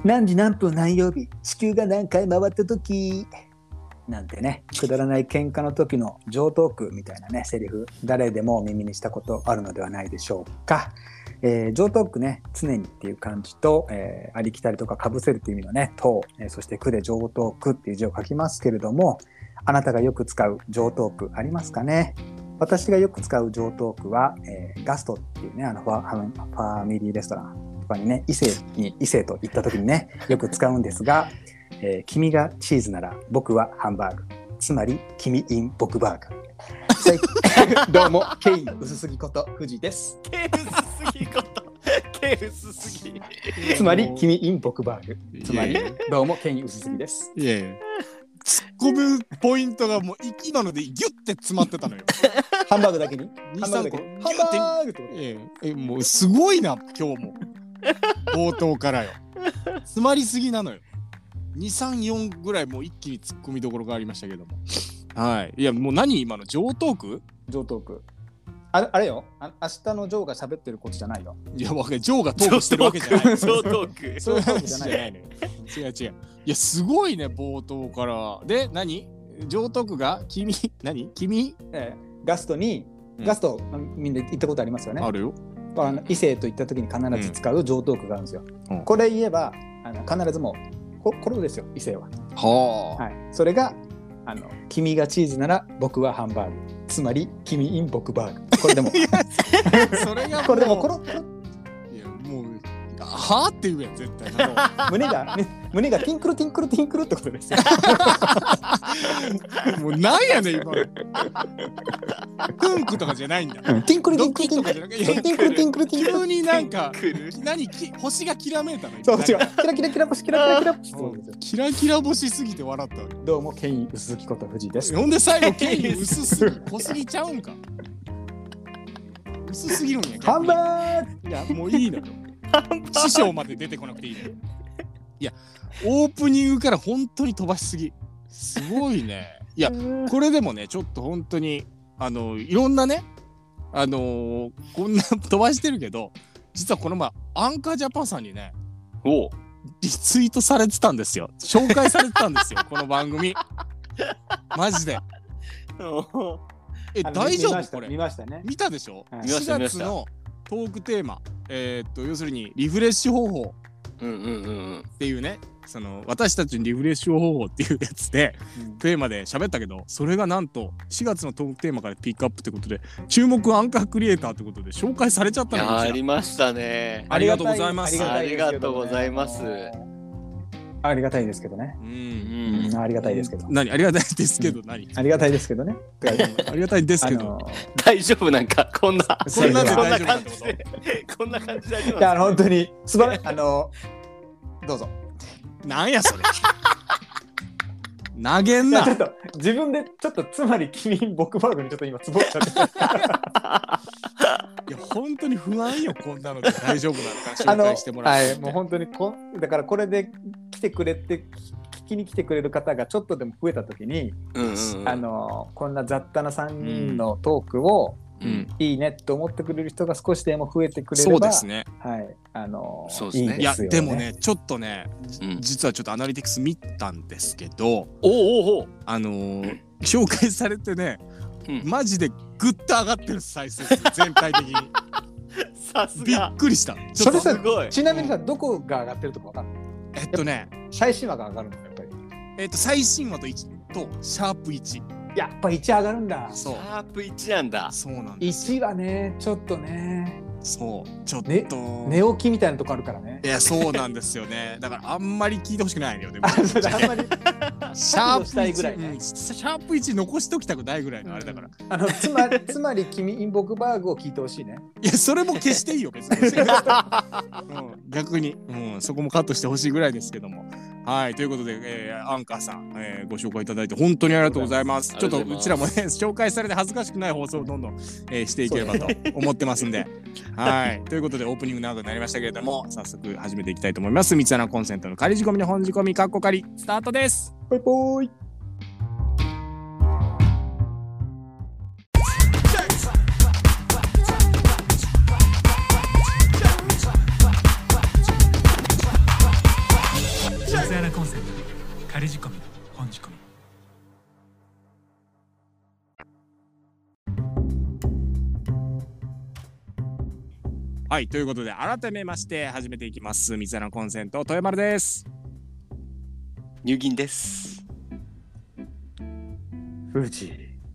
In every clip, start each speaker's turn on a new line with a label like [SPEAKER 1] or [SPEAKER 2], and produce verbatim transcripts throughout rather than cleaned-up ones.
[SPEAKER 1] 何時何分何曜日、地球が何回回った時なんてね、くだらない喧嘩の時の常套句みたいなねセリフ、誰でも耳にしたことあるのではないでしょうか。えー、常套句ね、常にっていう漢字と、えー、ありきたりとかかぶせるっていう意味のねと、えー、そして句で常套句っていう字を書きますけれども、あなたがよく使う常套句ありますかね。私がよく使う常套句は、えー、ガストっていうね、あのファ、ファミリーレストランとかにね、異性に異性と行った時にねよく使うんですが、えー、君がチーズなら僕はハンバーグ、つまり君 in 僕バーグ。どうもケイ薄すぎこと藤です。
[SPEAKER 2] ケイ薄すぎことケイ薄すぎ
[SPEAKER 1] つまり君 in 僕バーグ、つまりどうもケイ薄すぎです。
[SPEAKER 3] いやいや、突っ込むポイントがもう今のでギュッて詰まってたのよ。
[SPEAKER 1] ハンバーグだけに
[SPEAKER 3] ハンバーグ
[SPEAKER 1] ハンバーグってこと。
[SPEAKER 3] ええ、もうすごいな今日も冒頭からよ。詰まりすぎなのよ。に、さん、よんぐらいもう一気に突っ込みどころがありましたけども、はい。いやもう何今の常套句？
[SPEAKER 1] 常套句。あ, あれよ、あ明日のジョーが喋ってることじゃないよ。
[SPEAKER 3] いやわかる、ジョーがトークしてるわけじゃない。
[SPEAKER 2] 常套句。
[SPEAKER 1] そういうことじゃない
[SPEAKER 3] のよ。違う違う。いやすごいね冒頭から。で何？常套句が君何？君？
[SPEAKER 1] えー、ガストに、うん、ガストみんな行ったことありますよね。
[SPEAKER 3] あるよ。
[SPEAKER 1] あの異性と行った時に必ず使う常套句があるんですよ。うん、これ言えばあの必ずもう こ, これですよ異性は。
[SPEAKER 3] はあ。
[SPEAKER 1] はい。それがあの君がチーズなら僕はハンバーグ、つまり君 in 僕バーグ。これでも
[SPEAKER 3] それがもう
[SPEAKER 1] これでもコロコロ。
[SPEAKER 3] いやもうはあって言うやん絶対。
[SPEAKER 1] 胸が、ね、胸がティンクルティンクルティンクルってことですよ。
[SPEAKER 3] もうなんやねん今の。クンクとかじゃないんだ。
[SPEAKER 1] ティンクルティンクルティンクルティンクルティンクルティンクル。
[SPEAKER 3] 急になんか何星がきらめいたの。
[SPEAKER 1] そう違う。キラキラキラ星キラキラキラ星。
[SPEAKER 3] キラキラ星すぎて笑った。
[SPEAKER 1] どうもケイン薄木こと藤井です。
[SPEAKER 3] ほんで最後ケイン薄すぎ濃すぎちゃうんか。薄すぎるんや。
[SPEAKER 1] ハンバーグ。
[SPEAKER 3] いやもういいのよ。師匠まで出てこなくていいのよ。いやオープニングから本当に飛ばしすぎ。すごいね。いやこれでもねちょっと本当にあのいろんなねあのー、こんな飛ばしてるけど、実はこの前アンカージャパンさんにね
[SPEAKER 2] お
[SPEAKER 3] リツイートされてたんですよ。紹介されてたんですよこの番組。マジで。え大丈夫これ？
[SPEAKER 1] 見ましたね。
[SPEAKER 3] 見たでしょ？
[SPEAKER 2] はい、
[SPEAKER 3] しがつのトークテーマ、えー、っと要するにリフレッシュ方法っていうね、その私たちのリフレッシュ方法っていうやつで、うん、テーマで喋ったけど、それがなんとしがつのトークテーマからピックアップってことで注目アンカークリエイターってことで紹介されちゃったのよ。
[SPEAKER 2] ありましたね。
[SPEAKER 3] ありがとうございます。
[SPEAKER 2] ありがとうございます。
[SPEAKER 1] ありがたいですけどね。うん、うん、ありがたいですけど。
[SPEAKER 3] 何ありがたいですけど何？
[SPEAKER 1] ありがたいですけどね。
[SPEAKER 3] ありがたいですけど。あの
[SPEAKER 2] ー、大丈夫なんかこんな
[SPEAKER 3] こんな
[SPEAKER 2] こんな感じでこんな感じで大丈夫。
[SPEAKER 1] いや本当に素晴らしい。あのー、どうぞ。なん
[SPEAKER 3] やそれ。投げんな。
[SPEAKER 1] ちょっと自分でちょっとつまり君僕バーグにちょっと今つぼっちゃって。
[SPEAKER 3] いや本当に不安よこんなので大丈夫なのか紹介してもらって。
[SPEAKER 1] はい、もう本当にこだからこれで来てくれて聞きに来てくれる方がちょっとでも増えた時に、うんうんうん、あのこんな雑多なさんにんのトークを、うん、いいねと思ってくれる人が少しでも増えてくれれば、
[SPEAKER 3] そうですね。
[SPEAKER 1] はい、あの
[SPEAKER 2] そうですね。
[SPEAKER 1] いいですよね。
[SPEAKER 3] いやでもねちょっとね、うん、実はちょっとアナリティクス見たんですけど、お
[SPEAKER 2] おお
[SPEAKER 3] あのー、紹介されてね、うん、マジでグッと上がってる再生数全体的に。
[SPEAKER 2] さすが。
[SPEAKER 3] びっくりした。
[SPEAKER 1] それさちなみにさどこが上がってるとかわかんない？
[SPEAKER 3] えっとね
[SPEAKER 1] 最新話が上がるんだよやっぱり。
[SPEAKER 3] えっと最新話といちとシャープいち。
[SPEAKER 1] やっぱいち上がるんだ。
[SPEAKER 3] そう。
[SPEAKER 2] シャープいちなんだ。
[SPEAKER 3] そうなんです。
[SPEAKER 1] いちはねちょっとね。
[SPEAKER 3] そうちょっと、
[SPEAKER 1] ね、寝起きみたいなとこあるからね。
[SPEAKER 3] いやそうなんですよね。だからあんまり聞いてほしくないのよ。でも
[SPEAKER 1] あんまり
[SPEAKER 3] シャープいち
[SPEAKER 1] ぐらい、ね
[SPEAKER 3] うん、シャープいち残しときたくないぐらいのあれだから。
[SPEAKER 1] あのつまりつまり君インボクバーグを聞いてほしいね。
[SPEAKER 3] いやそれも消していいよ別に。うん、逆に、うん、そこもカットしてほしいぐらいですけども。はいということで、えー、アンカーさん、えー、ご紹介いただいて本当にありがとうございます。ちょっとうちらもね紹介されて恥ずかしくない放送をどんどん、えー、していければと思ってますんで。はいということでオープニング長くなりましたけれども早速始めていきたいと思います。三つ穴コンセントの仮仕込みの本仕込みカッコ仮スタートです。
[SPEAKER 1] ぽいぽーい。
[SPEAKER 3] はい、ということで改めまして始めていきます。三つ穴コンセント豊丸です。
[SPEAKER 2] 入銀です。
[SPEAKER 1] 富士。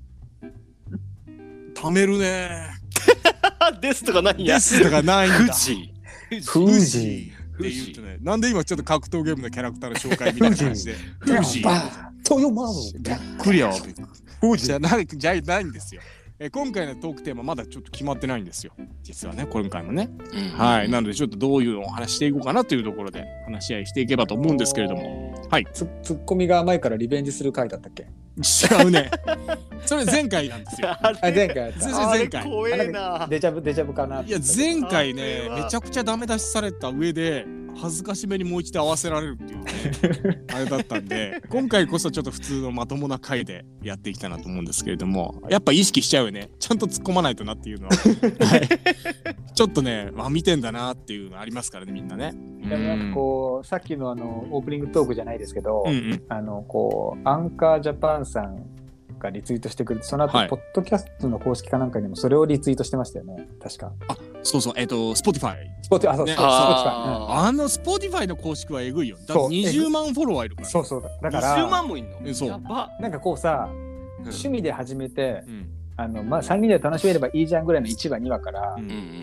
[SPEAKER 3] 貯めるね
[SPEAKER 2] ですとかないや。
[SPEAKER 3] ですとかないんだ。
[SPEAKER 2] 富士。
[SPEAKER 1] 富士。
[SPEAKER 3] って言うとね、なんで今ちょっと格闘ゲームのキャラクターの紹介みたいな感じで
[SPEAKER 1] 富士。豊丸。
[SPEAKER 3] びっくりやわ。富士じゃないじゃないんですよ。え今回のトークテーマまだちょっと決まってないんですよ。実はね、今回もね。
[SPEAKER 2] うん、
[SPEAKER 3] はい、なのでちょっとどういうのをお話していこうかなというところで話し合いしていけばと思うんですけれども。はい。
[SPEAKER 1] ツッコミが甘いからリベンジする回だったっけ？
[SPEAKER 3] 違うね。それ前回なんですよ。
[SPEAKER 1] あ前回やった。
[SPEAKER 3] それ前回。
[SPEAKER 2] 怖えな。
[SPEAKER 1] デジャブデジャブかな。
[SPEAKER 3] いや前回ねめちゃくちゃダメ出しされた上で恥ずかしめにもう一度合わせられるっていうねあれだったんで、今回こそちょっと普通のまともな回でやっていきたいなと思うんですけれども、やっぱ意識しちゃうよね。ちゃんと突っ込まないとなっていうのは、はい、ちょっとね、まあ、見てんだなっていうのありますからね、みんなね。
[SPEAKER 1] でもなんかこうさっきのあのオープニングトークじゃないですけど、
[SPEAKER 3] うんうん、
[SPEAKER 1] あのこうアンカージャパンさんがリツイートしてくれて、その後、はい、ポッドキャストの公式かなんかにもそれをリツイートしてましたよね、確か。
[SPEAKER 3] あ、そうそう、えっ、ー、と、Spotify。
[SPEAKER 1] スポティ、あ、そう、ね、
[SPEAKER 3] スポティファイ。あの Spotify の公式はえぐいよ。だってにじゅうまんフォロワーいるから。
[SPEAKER 1] そうそうだ。だから。
[SPEAKER 2] にじゅうまんもいんの？
[SPEAKER 3] そう。
[SPEAKER 2] やば。
[SPEAKER 1] なんかこうさ、うん、趣味で始めて、うん、あのまあさんにんで楽しめればいいじゃんぐらいのいちわにわから、うん、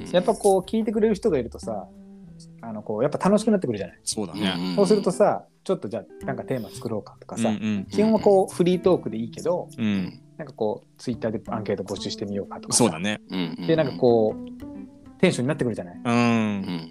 [SPEAKER 1] やっぱこう聞いてくれる人がいるとさ、あのこうやっぱ楽しくなってくるじゃない。
[SPEAKER 3] そうだね。
[SPEAKER 1] そうするとさ、ちょっとじゃあなんかテーマ作ろうかとかさ、うんうん、基本はこうフリートークでいいけど、うん、なんかこうツイッターでアンケート募集してみようかとかさ。
[SPEAKER 3] そうだね。
[SPEAKER 1] でなんかこうテンションになってくるじゃない。うん。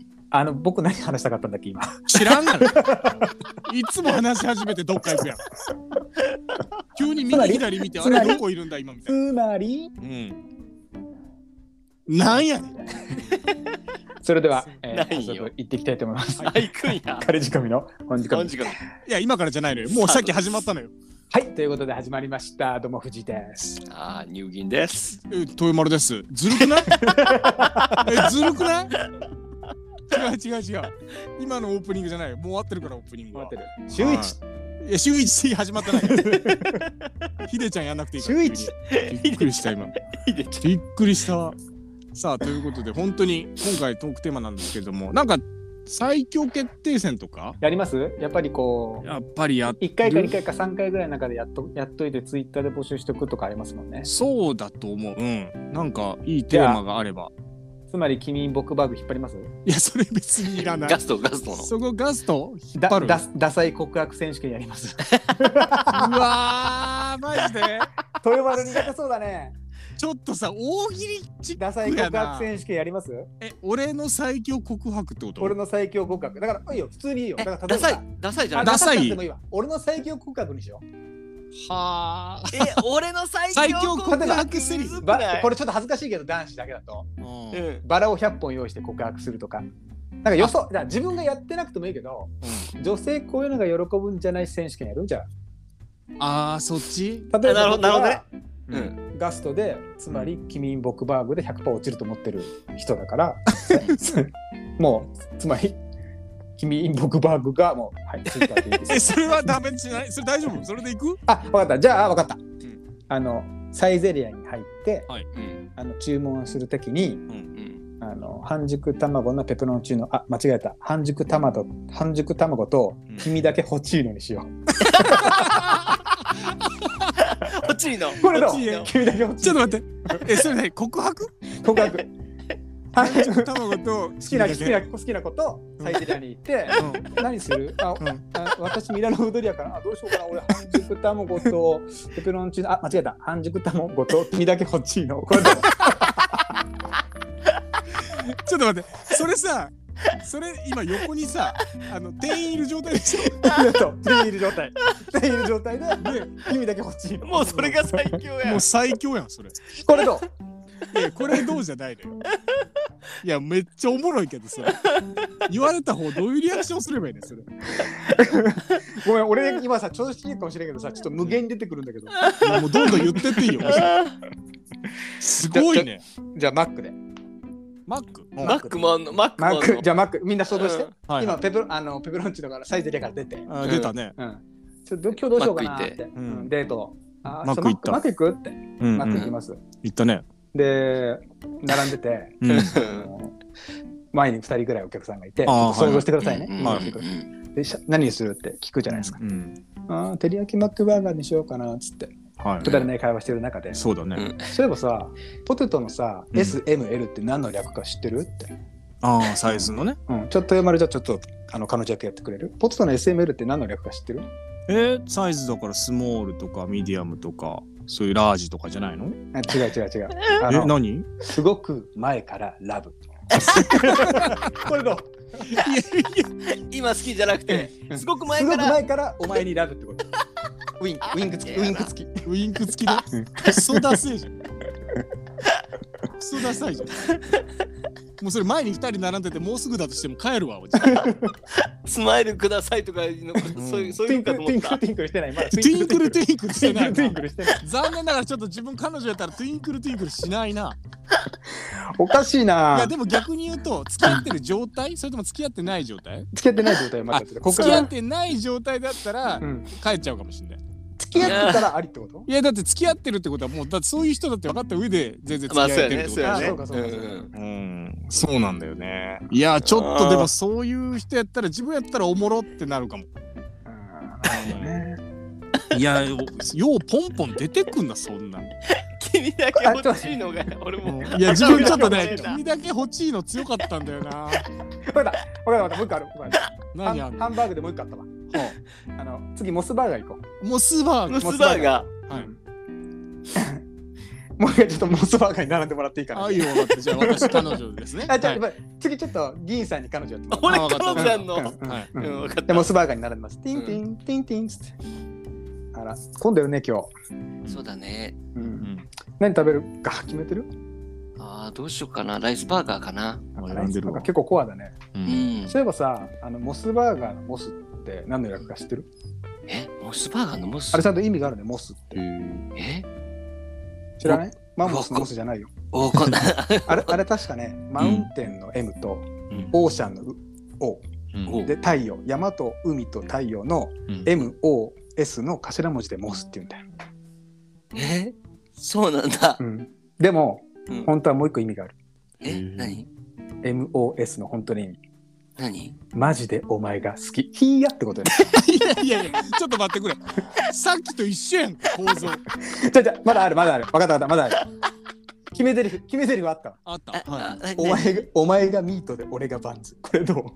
[SPEAKER 1] あの僕何話したかったんだっけ今。
[SPEAKER 3] 知らんがな。いつも話し始めてどっか行くやん。急に右左見てあれどこいるんだ今みたいな。
[SPEAKER 1] つまり。
[SPEAKER 3] うん。なんやねん。
[SPEAKER 1] それでは、えー、早速行っていきたいと思います。
[SPEAKER 2] はい、行くんや。
[SPEAKER 1] 彼仕込みの本仕込み。
[SPEAKER 3] いや今からじゃないのよ。もうさっき始まったのよ。
[SPEAKER 1] はい、ということで始まりました。どうも藤井です。
[SPEAKER 2] ああ、入銀です。
[SPEAKER 3] え、豊丸です。ずるくない？え、ずるくない？違う違う違う。今のオープニングじゃないよ。もう終わってるからオープニングは。
[SPEAKER 1] 終わってる。週一。
[SPEAKER 3] いや週一始まってない。ひでちゃんやんなくていいから。
[SPEAKER 1] 週一。
[SPEAKER 3] びっくりした今。びっくりした。さあということで本当に今回トークテーマなんですけれども、なんか最強決定戦とか
[SPEAKER 1] やります？やっぱりこう
[SPEAKER 3] やっぱりやっ
[SPEAKER 1] いっかいかにかいかさんかいぐらいの中でやっとやっといてツイッターで募集しておくとかありますもんね。
[SPEAKER 3] そうだと思う。うん。なんかいいテーマがあれば。
[SPEAKER 1] つまり君僕バーグ引っ張ります？
[SPEAKER 3] いやそれ別にいらない。
[SPEAKER 2] ガストガストの。
[SPEAKER 3] そこガスト引っ張る。
[SPEAKER 1] だダサい告白選手権やります。
[SPEAKER 3] うわーマジで。
[SPEAKER 1] 豊丸苦手そうだね。
[SPEAKER 3] ちょっとさ大喜利チックやな。
[SPEAKER 1] ダサい告白選手権やります？
[SPEAKER 3] え、俺の最強告白ってこと？
[SPEAKER 1] 俺の最強告白。だからいいよ普通にいいよ。だから
[SPEAKER 2] ダサいダサいじゃない。
[SPEAKER 3] ダサい。
[SPEAKER 1] でもいいわ。俺の最強告白にしよう。
[SPEAKER 3] はあ。
[SPEAKER 2] え、俺の最強告白セリフ。
[SPEAKER 1] これちょっと恥ずかしいけど男子だけだと、
[SPEAKER 3] うん、
[SPEAKER 1] バラをひゃっぽん用意して告白するとか。なんか予想。自分がやってなくてもいいけど、うん、女性こういうのが喜ぶんじゃない選手権やるんじゃん。
[SPEAKER 3] ああそっち？
[SPEAKER 1] 例えば
[SPEAKER 2] なるほどなるほどね。
[SPEAKER 1] うん、ガストでつまり君僕バーグで ひゃくパーセント 落ちると思ってる人だからもうつまり君僕バーグがもうはいツイッターでいいです。
[SPEAKER 3] えそれはダメじゃない？それ大丈夫？それでいく？
[SPEAKER 1] あ分かった。じゃあ分かった、うん、あのサイゼリアに入って、
[SPEAKER 3] はい、うん、
[SPEAKER 1] あの注文するときに、うんうん、あの半熟卵のペペロンチーノあ間違えた半熟卵半熟卵と君だけホチーノにしよう。
[SPEAKER 2] ホチーノ。
[SPEAKER 1] これだ。君だけホチーノ。
[SPEAKER 3] ちょっと待って。えそれね告白？
[SPEAKER 1] 告白。
[SPEAKER 3] 半熟卵と
[SPEAKER 1] 好きな好きな好きな子とサイゼリアに行って、うん、何する？あ、うん、あ私ミラノフードリアからあどうしようかな俺半熟卵とペペロンチーノあ間違えた半熟卵と君だけホチーノ。これだ。
[SPEAKER 3] ちょっと待ってそれさ。それ今横にさあの店員いる状態でしょ。
[SPEAKER 1] 店員いる状態店員いる状態で君だけ欲しい。
[SPEAKER 2] もうそれが最強やん。
[SPEAKER 3] もう最強やんそれ。
[SPEAKER 1] これど
[SPEAKER 3] う？いやこれどうじゃないのよ。いやめっちゃおもろいけどさ言われた方どういうリアクションすればいいねそれ。
[SPEAKER 1] ごめん俺今さ調子いいかもしれんけどさちょっと無限に出てくるんだけど。
[SPEAKER 3] いやもうどんどん言ってっていいよ。すごいね。
[SPEAKER 1] じゃあマックで。
[SPEAKER 3] マック
[SPEAKER 2] マックもあんのマックもあんの
[SPEAKER 1] マックじゃあマックみんな想像して、うんはいはい、今ペペロあのペペロンチだからサイゼリアから出て
[SPEAKER 3] あ出たね、
[SPEAKER 1] うん、ちょっと今日どうしようかなって、うん、デートあ
[SPEAKER 3] マック行った
[SPEAKER 1] マック行くって、うん、マック行きます
[SPEAKER 3] 行ったね
[SPEAKER 1] で並んでて、うん、 前にふたりぐらいお客さんがいて、ち
[SPEAKER 3] あー
[SPEAKER 1] ょっと想像してくださいね。
[SPEAKER 4] うん
[SPEAKER 3] はい
[SPEAKER 1] 想像してくださいでしゃ何にするって聞くじゃないですか。
[SPEAKER 3] うん
[SPEAKER 1] あー照り焼きマックバーガーにしようかなっつって
[SPEAKER 3] はい
[SPEAKER 1] くだらない会話してる中で、
[SPEAKER 3] そうだね、
[SPEAKER 4] うん
[SPEAKER 1] そういえばさポテトのさ、
[SPEAKER 3] うん
[SPEAKER 1] エスエムエル って何の略か知ってるって、
[SPEAKER 3] ああサイズのね
[SPEAKER 1] うん、ちょっと丸じゃちょっとあの彼女役やってくれる？ポテトの エスエムエル って何の略か知ってる？
[SPEAKER 3] えー、サイズだからスモールとかミディアムとかそういうラージとかじゃないの？
[SPEAKER 1] あ違う違う違うあ
[SPEAKER 3] え
[SPEAKER 1] の
[SPEAKER 3] 何？
[SPEAKER 1] すごく前からラブこれどう？
[SPEAKER 4] 今好きじゃなくてすごく前
[SPEAKER 1] すごく
[SPEAKER 4] から
[SPEAKER 1] 前からお前にラブってことウィンクウィンク付きウィンク付き
[SPEAKER 3] ウインク付きでクソダセえじゃんクソダサいじゃんもうそれ前にふたり並んでてもうすぐだとしても帰るわおじ
[SPEAKER 4] スマイルくださいとかいうのそういうそう
[SPEAKER 1] ティンク
[SPEAKER 4] いうのかと思った
[SPEAKER 1] ルティンクルティンクルしてないまだ
[SPEAKER 3] ティンクルティンクルしてない
[SPEAKER 1] ティンクルしてない
[SPEAKER 3] 残念ながらちょっと自分彼女やったらトゥインクルトゥインクルしないな。
[SPEAKER 1] おかしい
[SPEAKER 3] い
[SPEAKER 1] な
[SPEAKER 3] やでも逆に言うと付き合ってる状態それとも付き合ってない状態？
[SPEAKER 1] 付き合ってない状態を待っててここから
[SPEAKER 3] 付き合ってない状態だったら
[SPEAKER 1] うん
[SPEAKER 3] 帰っちゃうかもしれない。
[SPEAKER 1] 付き合ってたらありってこと？
[SPEAKER 3] いやだって付き合ってるってことはもうだってそういう人だって分かった上で全然付き合ってるってことだ
[SPEAKER 1] あ
[SPEAKER 3] よね。
[SPEAKER 1] そうかそうかそうか
[SPEAKER 3] うんそうなんだよね。いやちょっとでもそういう人やったら自分やったらおもろってなるかも。いやようポンポン出てくんなそんな。
[SPEAKER 4] 君だけ欲しいのが俺も
[SPEAKER 3] いや自分ちょっとね
[SPEAKER 4] ダメだ
[SPEAKER 3] 君だけ欲しいの強かったんだよな。
[SPEAKER 1] わかったわかったわかったもう一個あるもう一個ある
[SPEAKER 3] 何ある
[SPEAKER 1] ハンハンバーグでもう一個あったわあの次モスバーガー行こ
[SPEAKER 3] モスバーガー。
[SPEAKER 4] モスバーガ
[SPEAKER 3] はい。
[SPEAKER 1] うもう一回ちょっとモスバーガーに並んでもらっていいかな
[SPEAKER 3] あいいよ分かったじゃあ私彼女ですね。
[SPEAKER 1] あじゃあ、
[SPEAKER 3] はい
[SPEAKER 1] 次ちょっと議員さんに彼女やっても
[SPEAKER 4] ー
[SPEAKER 1] らって
[SPEAKER 4] 俺彼女やんの
[SPEAKER 1] うん
[SPEAKER 3] はい
[SPEAKER 1] うん
[SPEAKER 4] うん分かっ
[SPEAKER 1] でモスバーガーに並んでますティンティンティンティンつってあら混んでるね今日、
[SPEAKER 4] たそうだね
[SPEAKER 1] う、
[SPEAKER 3] うんん。
[SPEAKER 1] 何食べるか決めてる？
[SPEAKER 4] あーどうしようかなライスバーガーかな
[SPEAKER 3] あ選んでるわ
[SPEAKER 1] なんか結構コアだね、
[SPEAKER 3] う。
[SPEAKER 4] うんん
[SPEAKER 1] そういえばさあのモスバーガーのモスって何の略か知ってる？
[SPEAKER 4] えモスバーガーのモス
[SPEAKER 1] あれちゃんと意味があるねモスって
[SPEAKER 3] へー
[SPEAKER 4] え
[SPEAKER 1] 知らない？マンモスのモスじゃないよ
[SPEAKER 4] わかんない
[SPEAKER 1] あれあれ確かねマウンテンの M と
[SPEAKER 4] うん
[SPEAKER 1] オーシャンの O
[SPEAKER 3] うん
[SPEAKER 4] お
[SPEAKER 1] で太陽山と海と太陽の
[SPEAKER 3] うん
[SPEAKER 1] エムオーエス の頭文字でモスって言うんだよ、
[SPEAKER 4] えそうなんだ
[SPEAKER 1] うん、でも
[SPEAKER 4] うん
[SPEAKER 1] 本当はもう一個意味がある
[SPEAKER 4] え何
[SPEAKER 1] エムオーエス の本当の意味
[SPEAKER 4] 何
[SPEAKER 1] マジでお前が好きヒーヤってことよ
[SPEAKER 3] いやいやいやちょっと待ってくれ。さっきと一緒やん構造。
[SPEAKER 1] じゃじゃまだあるまだある分かった分かったまだある決め台詞決め台詞はあったわ
[SPEAKER 3] あった。
[SPEAKER 4] あ
[SPEAKER 3] は
[SPEAKER 4] あ何
[SPEAKER 1] お前がお前がミートで俺がバンズこれどう？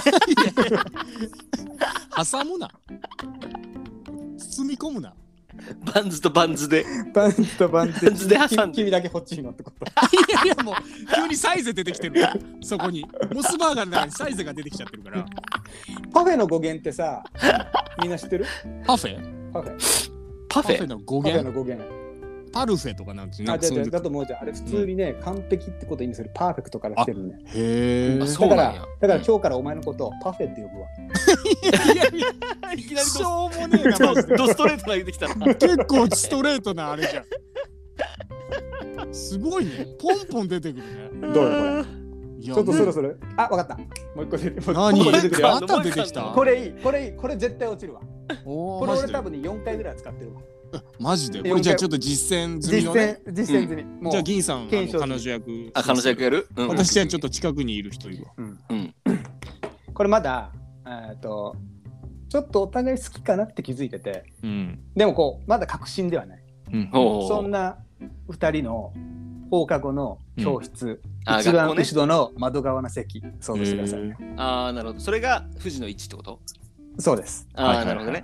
[SPEAKER 3] い。挟むな。包み込むな。
[SPEAKER 4] バンズとバンズで
[SPEAKER 1] バンズとバンズ
[SPEAKER 4] バンズで挟んで
[SPEAKER 1] 君君だけ欲しいのってこと
[SPEAKER 3] いやいやもう急にサイゼ出てきてるからそこにモスバーガーの中にサイゼが出てきちゃってるから。
[SPEAKER 1] パフェの語源ってさみんな知ってる？
[SPEAKER 3] パフェ？
[SPEAKER 1] パフェ
[SPEAKER 4] パフェ
[SPEAKER 3] パフェの語
[SPEAKER 1] パフェの
[SPEAKER 3] 源？
[SPEAKER 1] 語源
[SPEAKER 3] パルフェとかなんてな
[SPEAKER 1] あ、
[SPEAKER 3] んかそういう。
[SPEAKER 1] じゃだと思うじゃん。あれ普通にね、完璧ってことを意味するパーフェクトから来てるね。
[SPEAKER 3] へえ。
[SPEAKER 4] あ
[SPEAKER 1] だから
[SPEAKER 4] そうなんや、
[SPEAKER 1] だから今日からお前のことをパフェって呼ぶわ。
[SPEAKER 3] いやいや
[SPEAKER 4] いきなり
[SPEAKER 3] しょうもねえなマジで。
[SPEAKER 4] ドストレート投げてきたな
[SPEAKER 3] 結構ストレートなあれじゃん。すごいね。ポンポン出てくるね。
[SPEAKER 1] どうよこ
[SPEAKER 3] いや
[SPEAKER 1] れ。ちょっとそろそろ。あ、わかった。もう一個出てる。
[SPEAKER 3] 何
[SPEAKER 1] もう一個出てくるよ
[SPEAKER 3] また出てきた。
[SPEAKER 1] これいい。これいい。これ絶対落ちるわ。これ
[SPEAKER 3] おーマジで
[SPEAKER 1] 俺多分ねよんかいぐらい使ってるわ。
[SPEAKER 3] マジでこれじゃあちょっと実践済み
[SPEAKER 1] 実
[SPEAKER 3] のね。
[SPEAKER 1] 践実践済み。もう
[SPEAKER 3] じゃあ銀さんあの
[SPEAKER 1] 検証
[SPEAKER 3] 彼女役。
[SPEAKER 4] あ彼女役やるうん
[SPEAKER 3] 私はちょっと近くにいる人いるわ。
[SPEAKER 1] うん
[SPEAKER 4] うん
[SPEAKER 1] これまだえっとちょっとお互い好きかなって気づいてて、
[SPEAKER 3] うん。
[SPEAKER 1] でもこうまだ確信ではない。
[SPEAKER 3] うん。
[SPEAKER 4] おー
[SPEAKER 1] そんなふたりの放課後の教室、
[SPEAKER 4] あ
[SPEAKER 1] 一番
[SPEAKER 4] 学校ね
[SPEAKER 1] 後ろの窓側の席、想像してください。
[SPEAKER 3] へー
[SPEAKER 4] ああなるほどそれが富士の位置ってこと
[SPEAKER 1] そうです。
[SPEAKER 4] あ
[SPEAKER 3] はいはいはい
[SPEAKER 4] あなるほどね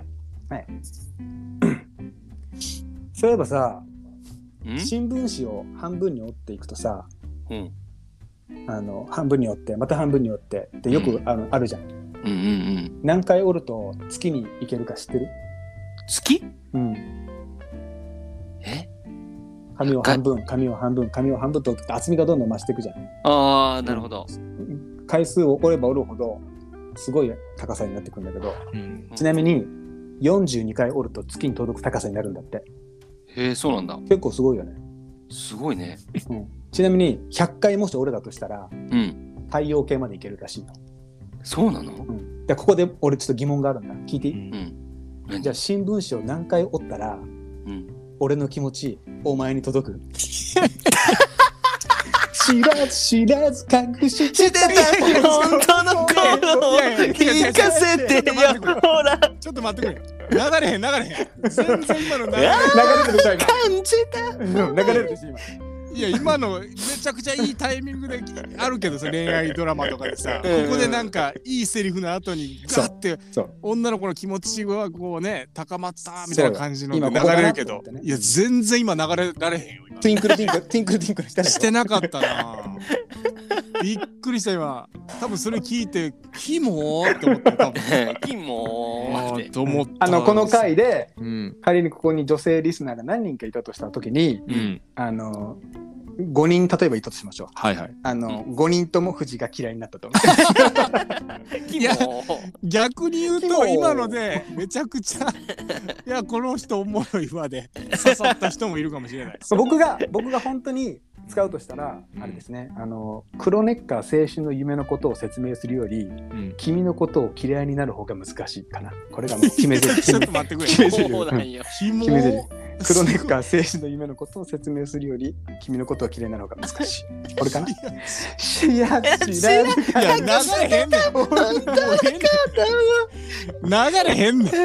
[SPEAKER 1] そういえばさ、
[SPEAKER 4] うん
[SPEAKER 1] 新聞紙を半分に折っていくとさ、
[SPEAKER 4] うん
[SPEAKER 1] あの半分に折ってまた半分に折ってでよく、
[SPEAKER 4] うん
[SPEAKER 1] あのあるじゃん。
[SPEAKER 4] うんうんうん
[SPEAKER 1] 何回折ると月に行けるか知ってる？
[SPEAKER 4] 月
[SPEAKER 1] うん。
[SPEAKER 4] え
[SPEAKER 1] 紙を半分、紙を半分、紙を半分と折って厚みがどんどん増していくじゃん。
[SPEAKER 4] ああなるほど
[SPEAKER 1] 回数を折れば折るほどすごい高さになってくるんだけど、
[SPEAKER 3] うん。
[SPEAKER 1] ちなみによんじゅうにかい折ると月に届く高さになるんだって。
[SPEAKER 4] へえそうなんだ
[SPEAKER 1] 結構すごいよね。
[SPEAKER 4] すごいね
[SPEAKER 1] うん、ちなみにひゃっかいもし折れたとしたら
[SPEAKER 4] うん
[SPEAKER 1] 太陽系まで行けるらしいの。
[SPEAKER 4] そうなの
[SPEAKER 1] うん、でここで俺ちょっと疑問があるんだ。聞いていい？
[SPEAKER 4] うん何
[SPEAKER 1] じゃあ新聞紙を何回折ったら
[SPEAKER 4] うん
[SPEAKER 1] 俺の気持ちお前に届く？ 知らず知らず隠し
[SPEAKER 4] しててた本当の頃を
[SPEAKER 3] いやいやいや
[SPEAKER 4] 聞かせてよほら
[SPEAKER 3] ちょっと待ってくれ流れへん流れへん全然今の流れ
[SPEAKER 1] 流れるでしょ今
[SPEAKER 4] 感じた
[SPEAKER 1] うん流れるでしょ今
[SPEAKER 3] いや今のめちゃくちゃいいタイミングであるけどさ恋愛ドラマとかでさ
[SPEAKER 4] うん
[SPEAKER 3] ここでなんかいいセリフの後にガッて
[SPEAKER 1] そう
[SPEAKER 3] 女の子の気持ちがこうね高まったみたいな感じの流
[SPEAKER 1] そう今ここだな
[SPEAKER 3] れるけど
[SPEAKER 1] と思ってね
[SPEAKER 3] いや全然今流れられへんよ今
[SPEAKER 1] トゥインクルティンクルティンクルティンクルしたでしょ
[SPEAKER 3] してなかったなびっくりした今多分それ聞いてキモーって思った多分
[SPEAKER 4] 金も
[SPEAKER 3] あ
[SPEAKER 4] ーって
[SPEAKER 3] ーと思った
[SPEAKER 1] あのこの回で
[SPEAKER 3] うん
[SPEAKER 1] 仮にここに女性リスナーが何人かいたとしたときに
[SPEAKER 3] うん
[SPEAKER 1] あのごにん例えばいたとしましょう
[SPEAKER 3] はいはい
[SPEAKER 1] あのごにんとも藤が嫌いになったと思
[SPEAKER 4] 金
[SPEAKER 3] いや
[SPEAKER 4] も
[SPEAKER 3] 逆に言う
[SPEAKER 1] キモ
[SPEAKER 3] と今のでめちゃくちゃいやこの人おもろいわで刺さった人もいるかもしれないです
[SPEAKER 1] う僕が僕が本当に使うとしたらあれですねあの黒ネッカー青春の夢のことを説明するより
[SPEAKER 3] うん
[SPEAKER 1] 君のことを嫌いになる方が難しいかなこれがもう決め台詞
[SPEAKER 3] ちょっと待ってくれ
[SPEAKER 1] 決め台詞
[SPEAKER 4] そうなんよ
[SPEAKER 3] キモ
[SPEAKER 1] 決め台詞黒ネッカー青春の夢のことを説明するより君のことを嫌いになる方が難しいこれかないや知らず
[SPEAKER 3] いや流れへんねんもうええねん流れへんねん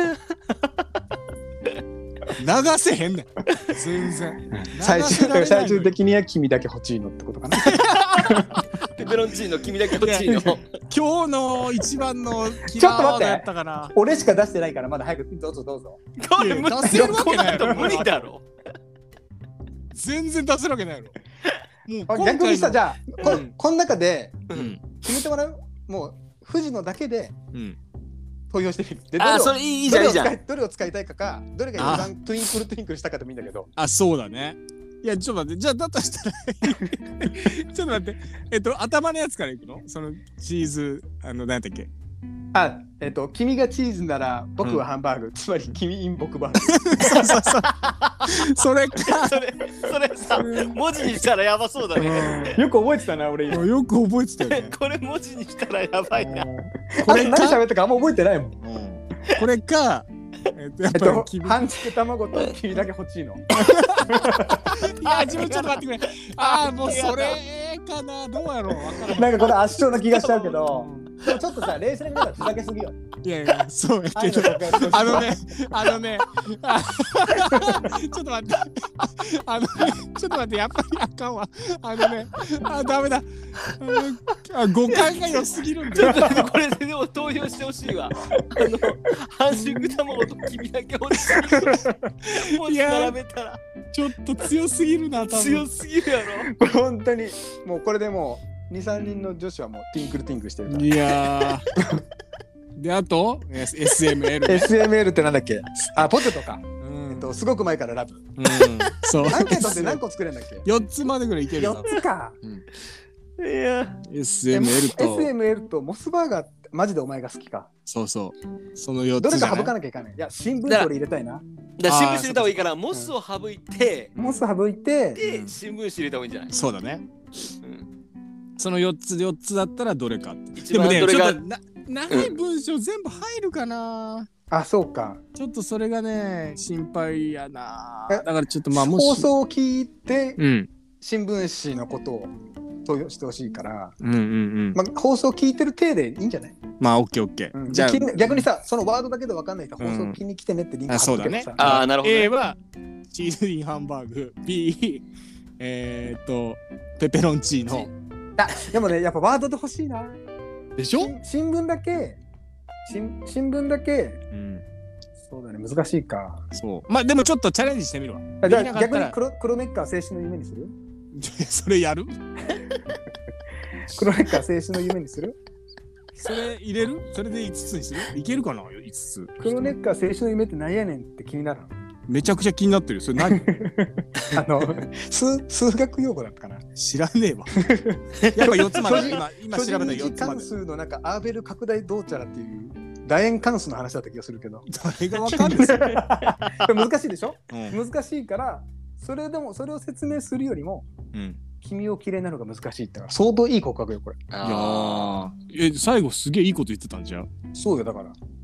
[SPEAKER 3] 流せへんねん全然
[SPEAKER 1] 最
[SPEAKER 3] 流せられない
[SPEAKER 1] 終最終的には君だけ欲しいのってことかな
[SPEAKER 4] ペペロンチーノ君だけ欲しいの
[SPEAKER 3] 今日の一番のキ
[SPEAKER 1] ちょっと待って
[SPEAKER 3] ラーワードやったかな
[SPEAKER 1] 俺しか出してないからまだ早くどうぞどうぞ
[SPEAKER 4] これ無
[SPEAKER 3] いや出せるわけないやろ
[SPEAKER 4] こんなの無理だろ
[SPEAKER 3] 全然出せるわけないやろもう今回の
[SPEAKER 1] 逆にさじゃあこ,、
[SPEAKER 3] うん
[SPEAKER 1] この中で
[SPEAKER 3] うん
[SPEAKER 1] 決めてもらうもう藤野だけで
[SPEAKER 3] うん
[SPEAKER 1] 投票してみるでどれを
[SPEAKER 4] あそれいいいいじゃんいいじゃん
[SPEAKER 1] どれを使いどれを使いたいかかどれが一番トゥインクルトゥインクルしたかでもいいんだけど
[SPEAKER 3] あそうだねいやちょっと待ってじゃあだとしたらちょっと待ってえっと頭のやつからいくのそのチーズあの何やったっけ
[SPEAKER 1] あえっ、と君がチーズなら僕はハンバーグ、つまり君イン僕バーグ
[SPEAKER 3] そうそうそうそれか
[SPEAKER 4] それそれさ文字にしたらやばそうだね
[SPEAKER 1] よく覚えてたな俺今
[SPEAKER 3] うんよく覚えてたよね
[SPEAKER 4] これ文字にしたらやばいな
[SPEAKER 1] あれ
[SPEAKER 3] これか
[SPEAKER 1] 何喋ったかあんま覚えてないもん
[SPEAKER 3] これかえっとやっ
[SPEAKER 1] えっと
[SPEAKER 3] ぱり君
[SPEAKER 1] 半熟卵と君だけ欲しいの
[SPEAKER 3] いや自分ちょっと待ってくれああもうそれかなどうやろうわからん
[SPEAKER 1] なんかこれ圧勝な気がしちゃうけどでもちょっとさ冷静に見たらふざけすぎよ
[SPEAKER 3] いやいやそうやけどあのね、あのね、あちょっと待って、あのね、ちょっと待って、やっぱりあかんわ。あのね、あ、ダメだ。あ誤解が良すぎるんだよ。
[SPEAKER 4] これでも投票してほしいわあの半熟卵と君だけ欲しい文字並べたら
[SPEAKER 3] ちょっと強すぎるな、多分。
[SPEAKER 4] 強すぎるやろ
[SPEAKER 1] これ本当にもうこれでもうにさんにんの女子はもうティンクルティンクルしてるから
[SPEAKER 3] いやー。で、あと、エスエムエル。
[SPEAKER 1] エスエムエル ってなんだっけあポテトか、
[SPEAKER 3] うん
[SPEAKER 1] えっと、すごく前からラブ
[SPEAKER 3] うん、そう。
[SPEAKER 1] アンケートって何個作れんだっけ
[SPEAKER 3] よっつまでぐらいいける
[SPEAKER 1] よ
[SPEAKER 3] な。
[SPEAKER 1] っつか
[SPEAKER 4] いや
[SPEAKER 3] エスエムエル と、
[SPEAKER 1] エスエムエル とモスバーガーってマジでお前が好きか
[SPEAKER 3] そうそう。そのよっ
[SPEAKER 1] どれ
[SPEAKER 3] つじゃない
[SPEAKER 1] か省かなきゃいかないいや新聞紙俺入れたいな
[SPEAKER 4] だから新聞紙入れた方がいいからモスを省いて
[SPEAKER 1] モス省いて
[SPEAKER 4] で新聞紙入れた方がいいんじゃない
[SPEAKER 3] そうだね。
[SPEAKER 4] うん
[SPEAKER 3] そのよっつでよっつだったらどれかって。
[SPEAKER 4] 一
[SPEAKER 3] でもね、
[SPEAKER 4] 番どれが
[SPEAKER 3] ちょっとな長い文章全部入るかな。
[SPEAKER 1] あそうか
[SPEAKER 3] ちょっとそれがね、心配やな。
[SPEAKER 1] え
[SPEAKER 3] だからちょっとまあもし。
[SPEAKER 1] 放送を聞いて
[SPEAKER 3] うん。
[SPEAKER 1] 新聞紙のことを投票してほしいから、
[SPEAKER 3] うんうんうん。
[SPEAKER 1] まあ、放送聞いてる体でいいんじゃない、
[SPEAKER 3] まあ、オッケーオッケー。
[SPEAKER 1] うん、
[SPEAKER 3] じゃあ、
[SPEAKER 1] じゃあ逆にさそのワードだけで分かんない人は放送聞きに来てねってリンク貼っとけばさ、
[SPEAKER 3] うん
[SPEAKER 4] ああなるほど、ね、
[SPEAKER 3] A はチーズインハンバーグ、B、えーっと、ペペロンチーノ。
[SPEAKER 1] あでもねやっぱワードで欲しいな
[SPEAKER 3] でしょ
[SPEAKER 1] 新新聞だけ新新聞だけ
[SPEAKER 3] うん。
[SPEAKER 1] そうだね難しいか
[SPEAKER 3] そう。まあ、でもちょっとチャレンジしてみるわ。
[SPEAKER 1] あじゃあ
[SPEAKER 3] できなかったら
[SPEAKER 1] 逆に黒黒ネッカー青春の夢にする
[SPEAKER 3] それやる
[SPEAKER 1] 黒ネッカー青春の夢にする
[SPEAKER 3] それ入れるそれでいつつにするいけるかないつつ。
[SPEAKER 1] 黒ネッカー青春の夢って何やねんって気になるの
[SPEAKER 3] めちゃくちゃ気になってるよ。それ何
[SPEAKER 1] あの数数学用語だったかな
[SPEAKER 3] 知らねえわ。やっぱよっつまで。今、今
[SPEAKER 1] 巨
[SPEAKER 3] 調べたら
[SPEAKER 1] 人二次関
[SPEAKER 3] よっつまで。
[SPEAKER 1] 数のなんかアーベル拡大どうちゃらっていう楕円関数の話だった気がするけど
[SPEAKER 3] 誰がわかんないそれ。
[SPEAKER 1] これ難しいでしょ
[SPEAKER 3] うん。
[SPEAKER 1] 難しいからそれでもそれを説明するよりも
[SPEAKER 3] うん。
[SPEAKER 1] 君を嫌いなのが難しいってのは相当いい告白よこれ
[SPEAKER 3] いや
[SPEAKER 4] あ
[SPEAKER 3] ーえ、最後すげえいいこと言ってたんじゃん。
[SPEAKER 1] そうよだから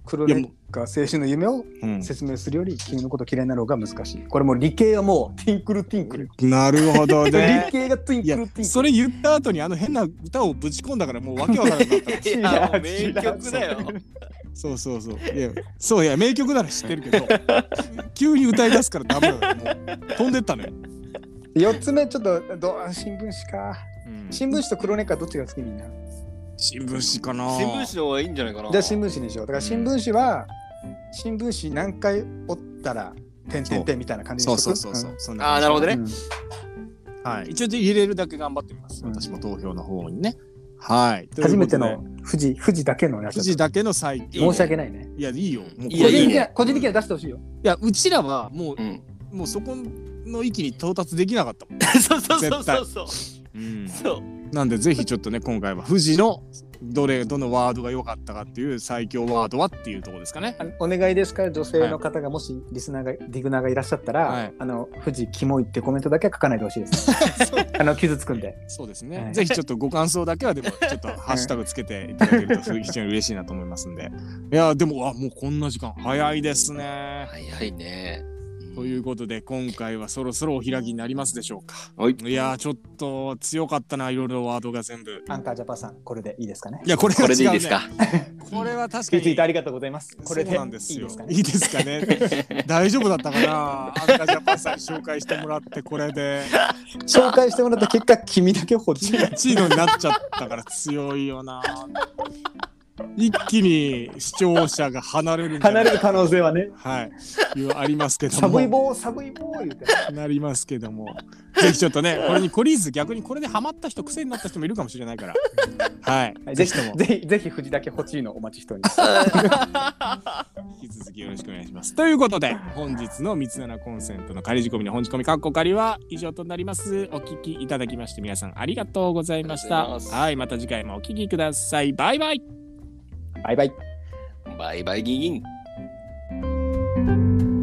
[SPEAKER 1] 黒レッカー青春の夢を
[SPEAKER 3] うん
[SPEAKER 1] 説明するより君のこと嫌いになろうが難しい。これもう理系はもうティンクルティンクル。
[SPEAKER 3] なるほど
[SPEAKER 1] 理
[SPEAKER 3] ね。
[SPEAKER 1] 系がティン
[SPEAKER 3] いや
[SPEAKER 1] クルティンクル。
[SPEAKER 3] それ言った後にあの変な歌をぶち込んだからもうわけわからなくなった。
[SPEAKER 4] いやもう名曲だよ。
[SPEAKER 3] そうそうそう。いや、そういや名曲なら知ってるけど、急に歌い出すからダメだよ。もう飛んでったね。
[SPEAKER 1] よっつめちょっとどう新聞紙か。
[SPEAKER 3] うん
[SPEAKER 1] 新聞紙と黒レッカーどっちが好きみんな。
[SPEAKER 3] 新聞紙かな。
[SPEAKER 4] 新聞紙の方がいいんじゃないかな。
[SPEAKER 1] じゃあ新聞紙にしよう。だから新聞紙は、新聞紙何回折ったら点々点みたいな感じに
[SPEAKER 3] そう
[SPEAKER 1] しとく。
[SPEAKER 3] そうそうそう。そん
[SPEAKER 4] ああ、なるほどね。
[SPEAKER 1] うん
[SPEAKER 3] はい。一応入れるだけ頑張ってみます。
[SPEAKER 1] うん
[SPEAKER 3] 私も投票の方にね。はい。
[SPEAKER 1] 初めて
[SPEAKER 3] というこ
[SPEAKER 1] の富士富士だけのやつ
[SPEAKER 3] とで。富士だけの最近。
[SPEAKER 1] 申し訳ないね。
[SPEAKER 3] いやいいよ。もう
[SPEAKER 4] いやいいね
[SPEAKER 1] 個人的な個人的には出してほしいよ。
[SPEAKER 3] いやうちらはもう
[SPEAKER 4] うん。
[SPEAKER 3] もうそこの域に到達できなかったもん。
[SPEAKER 4] そうそうそうそうそう。
[SPEAKER 3] うん。
[SPEAKER 4] そう。
[SPEAKER 3] なんでぜひちょっとね今回は富士のどれどのワードが良かったかっていう最強ワードはっていうところですかね。
[SPEAKER 1] あのお願いですから女性の方がもしリスナーが、ディグナーがいらっしゃったら、
[SPEAKER 3] はい
[SPEAKER 1] あの富士キモいってコメントだけは書かないでほしいです。あの傷つくんで。
[SPEAKER 3] そうですね、
[SPEAKER 1] はい
[SPEAKER 3] ぜひちょっとご感想だけはでもちょっとハッシュタグつけていただけると非常に嬉しいなと思いますんで。いやでもあもうこんな時間早いですね。
[SPEAKER 4] 早いね。
[SPEAKER 3] ということで今回はそろそろお開きになりますでしょうか。
[SPEAKER 4] はい。
[SPEAKER 3] いやーちょっと強かったないろいろワードが全部。
[SPEAKER 1] アンカージャパンさんこれでいいですかね。
[SPEAKER 3] いやこれは
[SPEAKER 4] こ
[SPEAKER 3] 違う、ね、
[SPEAKER 4] れでいいですか。
[SPEAKER 3] これは確かに
[SPEAKER 1] リツイートありがとうございます。これで
[SPEAKER 3] そうなんですよ。
[SPEAKER 1] いいですかね。
[SPEAKER 3] いいですかね。大丈夫だったかな。アンカージャパンさんに紹介してもらってこれで
[SPEAKER 1] 紹介してもらった結果君だけ欲しい。
[SPEAKER 3] いちいのになっちゃったから強いよな。一気に視聴者が離れるんじゃない
[SPEAKER 1] 離れる可能性はね。
[SPEAKER 3] はいいうありますけども。
[SPEAKER 1] サブイボーサブイボー言うて。
[SPEAKER 3] なりますけども。ぜひちょっとねこれに懲りず逆にこれでハマった人癖になった人もいるかもしれないから。はい。
[SPEAKER 1] はいぜひともぜひぜひ富士だけ欲しいのお待ちしております。
[SPEAKER 3] 引き続きよろしくお願いします。ということで本日の三つ七コンセントの仮仕込みの本仕込みカッコ仮は以上となります。お聞きいただきまして皆さんありがとうございました。
[SPEAKER 4] ありがとうございます
[SPEAKER 3] はいまた次回もお聞きください。バイバイ。
[SPEAKER 1] バイバイ。
[SPEAKER 4] バイバイギンギン。